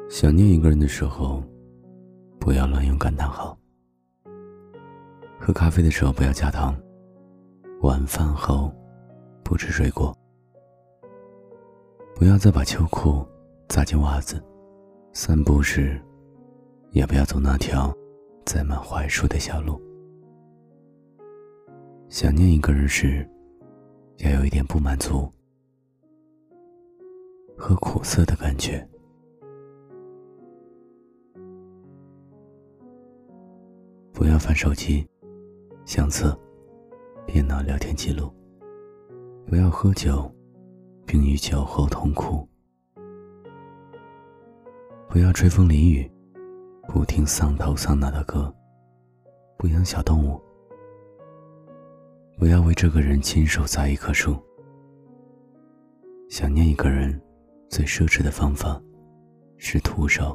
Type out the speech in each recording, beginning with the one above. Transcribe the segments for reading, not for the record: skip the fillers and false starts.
想念一个人的时候，不要乱用感叹号。喝咖啡的时候不要加糖，晚饭后不吃水果。不要再把秋裤扎进袜子，散步时也不要走那条栽满槐树的小路。想念一个人时，要有一点不满足和苦涩的感觉。不要翻手机、相册、电脑聊天记录。不要喝酒并于酒后痛哭。不要吹风淋雨，不听丧头丧脑的歌。不养小动物。不要为这个人亲手栽一棵树。想念一个人最奢侈的方法是徒手。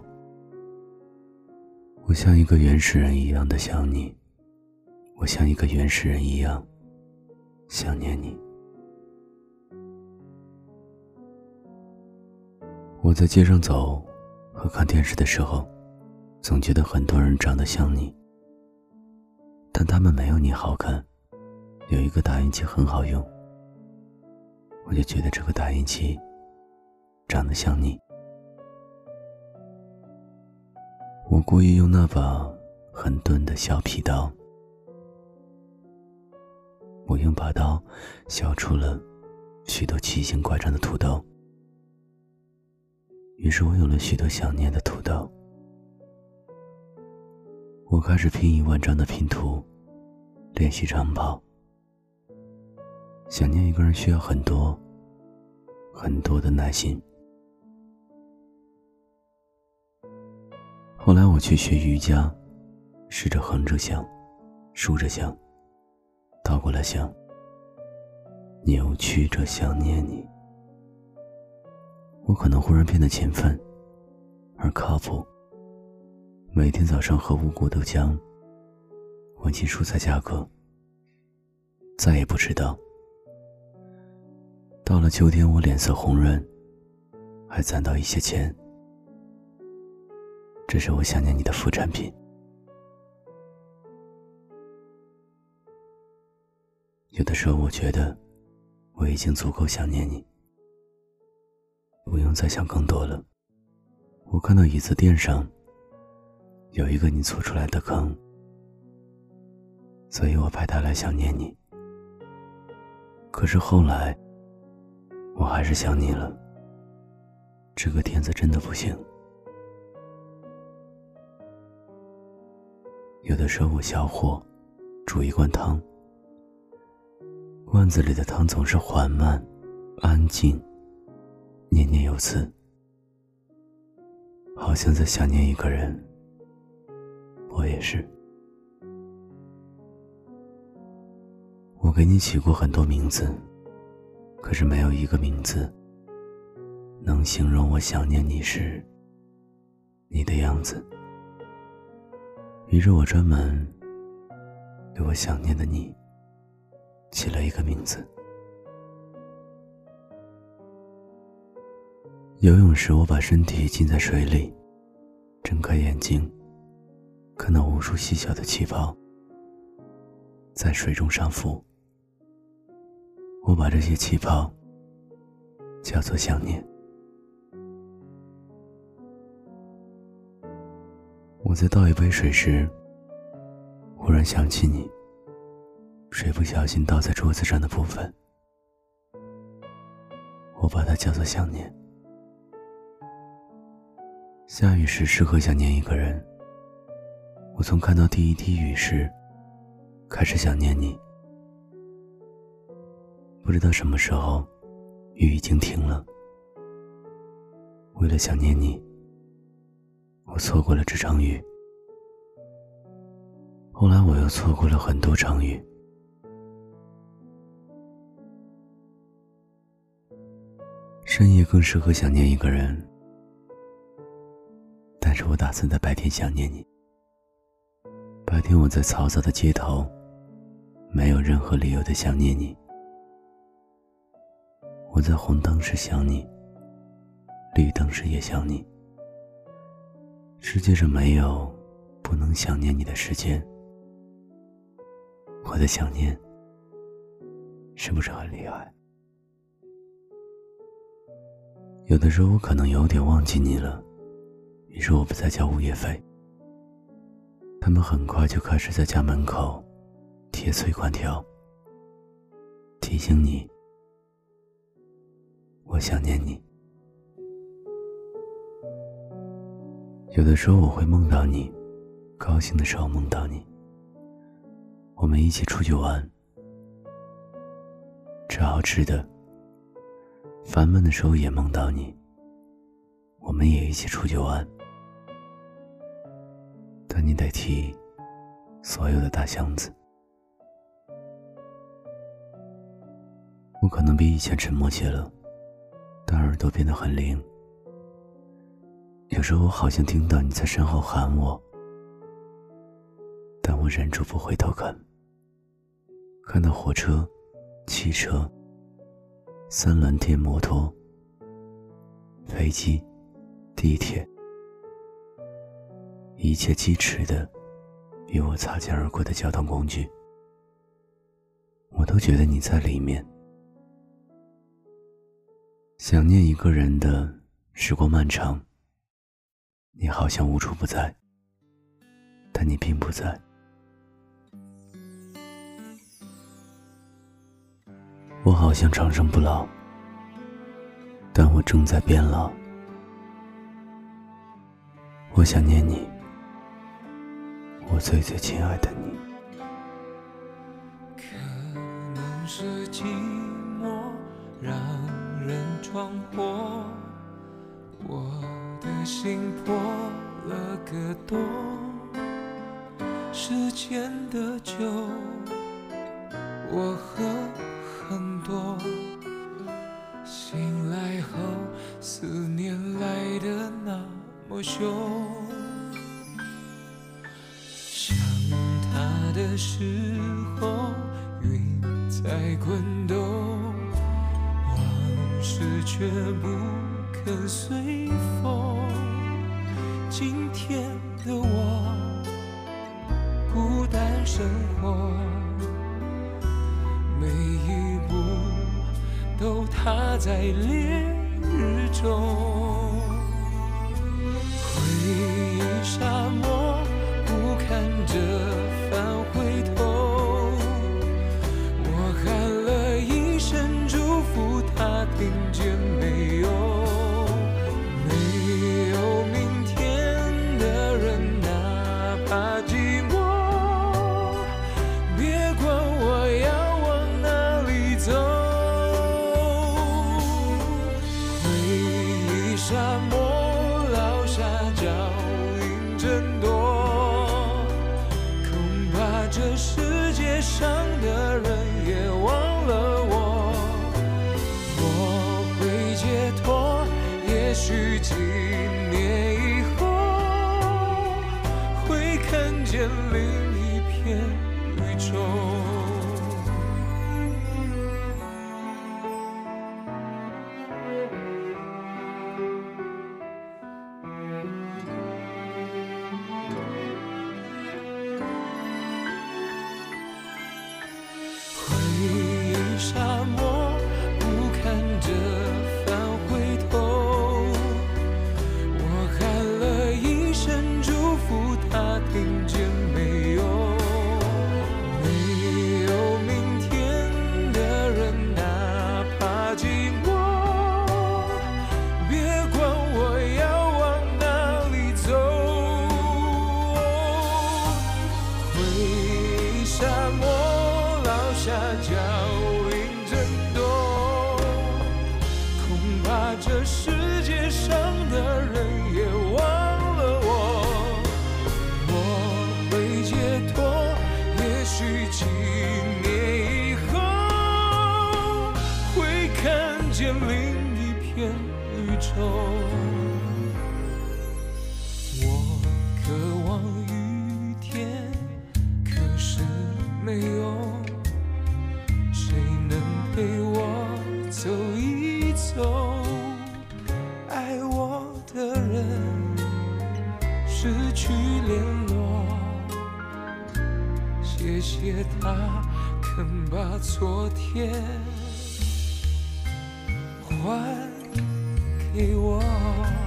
我像一个原始人一样的想你，我像一个原始人一样想念你。我在街上走和看电视的时候，总觉得很多人长得像你，但他们没有你好看。有一个打印机很好用，我就觉得这个打印机长得像你。我故意用那把很钝的小皮刀，我用把刀削出了许多奇形怪状的土豆，于是我有了许多想念的土豆。我开始拼1万张的拼图，练习长跑。想念一个人需要很多很多的耐心。后来我去学瑜伽，试着横着想，竖着想，倒过来想，扭曲着想念你。我可能忽然变得勤奋而靠谱，每天早上喝5谷豆浆，问起蔬菜价格，再也不迟到。到了秋天，我脸色红润，还攒到一些钱。这是我想念你的副产品。有的时候我觉得我已经足够想念你，不用再想更多了。我看到椅子垫上有一个你搓出来的坑，所以我拍它来想念你。可是后来我还是想你了，这个垫子真的不行。有的时候我小火煮一罐汤，罐子里的汤总是缓慢、安静、念念有词，好像在想念一个人。我也是。我给你起过很多名字，可是没有一个名字能形容我想念你时你的样子。于是我专门给我想念的你起了一个名字。游泳时我把身体浸在水里，睁开眼睛，看到无数细小的气泡在水中上浮。我把这些气泡叫做想念。我在倒一杯水时，忽然想起你，水不小心倒在桌子上的部分，我把它叫做想念。下雨时适合想念一个人，我从看到第一滴雨时开始想念你。不知道什么时候雨已经停了，为了想念你，我错过了这场雨。后来我又错过了很多场雨。深夜更适合想念一个人，但是我打算在白天想念你。白天我在嘈杂的街头，没有任何理由的想念你。我在红灯时想你，绿灯时也想你， 世界上没有不能想念你的时间。我的想念是不是很厉害？有的时候我可能有点忘记你了，于是我不再交物业费。他们很快就开始在家门口贴催款条，提醒你我想念你。有的时候我会梦到你，高兴的时候梦到你，我们一起出去玩，吃好吃的，烦闷的时候也梦到你，我们也一起出去玩，但你得提所有的大箱子。我可能比以前沉默些了，但耳朵变得很灵。有时候我好像听到你在身后喊我，但我忍住不回头看。看到火车、汽车、三轮电摩托、飞机、地铁，一切疾驰的与我擦肩而过的交通工具，我都觉得你在里面。想念一个人的时光漫长，你好像无处不在，但你并不在。我好像长生不老，但我正在变老。我想念你，我最最亲爱的你。 可能是寂寞让人闯祸，我的心破了个洞，时间的酒我喝很多，醒来后思念来的那么凶，想他的时候云在滚动，往事却不肯随风，今天的我孤单生活，每一步都踏在烈日中，回忆沙漠不堪这返回头，我喊了一声祝福，他听见没有？没有明天的人，哪怕寂寞，别管我要往哪里走。回忆沙漠落下脚印真多，恐怕这世界上的人也忘了我。我会解脱，也许几年以后会看见另一片宇宙。回忆沙漠不堪这返回头，我喊了一声祝福，他听见没有？没有明天的人，哪怕寂寞，别管我要往哪里走。回忆沙漠落下脚印真多，恐怕这世界上的人也忘了我。我会解脱，也许几年以后会看见另一片宇宙。我渴望雨天，可是没有谁能陪我走一走。爱我的人是失去联络。谢谢他肯把昨天还给我。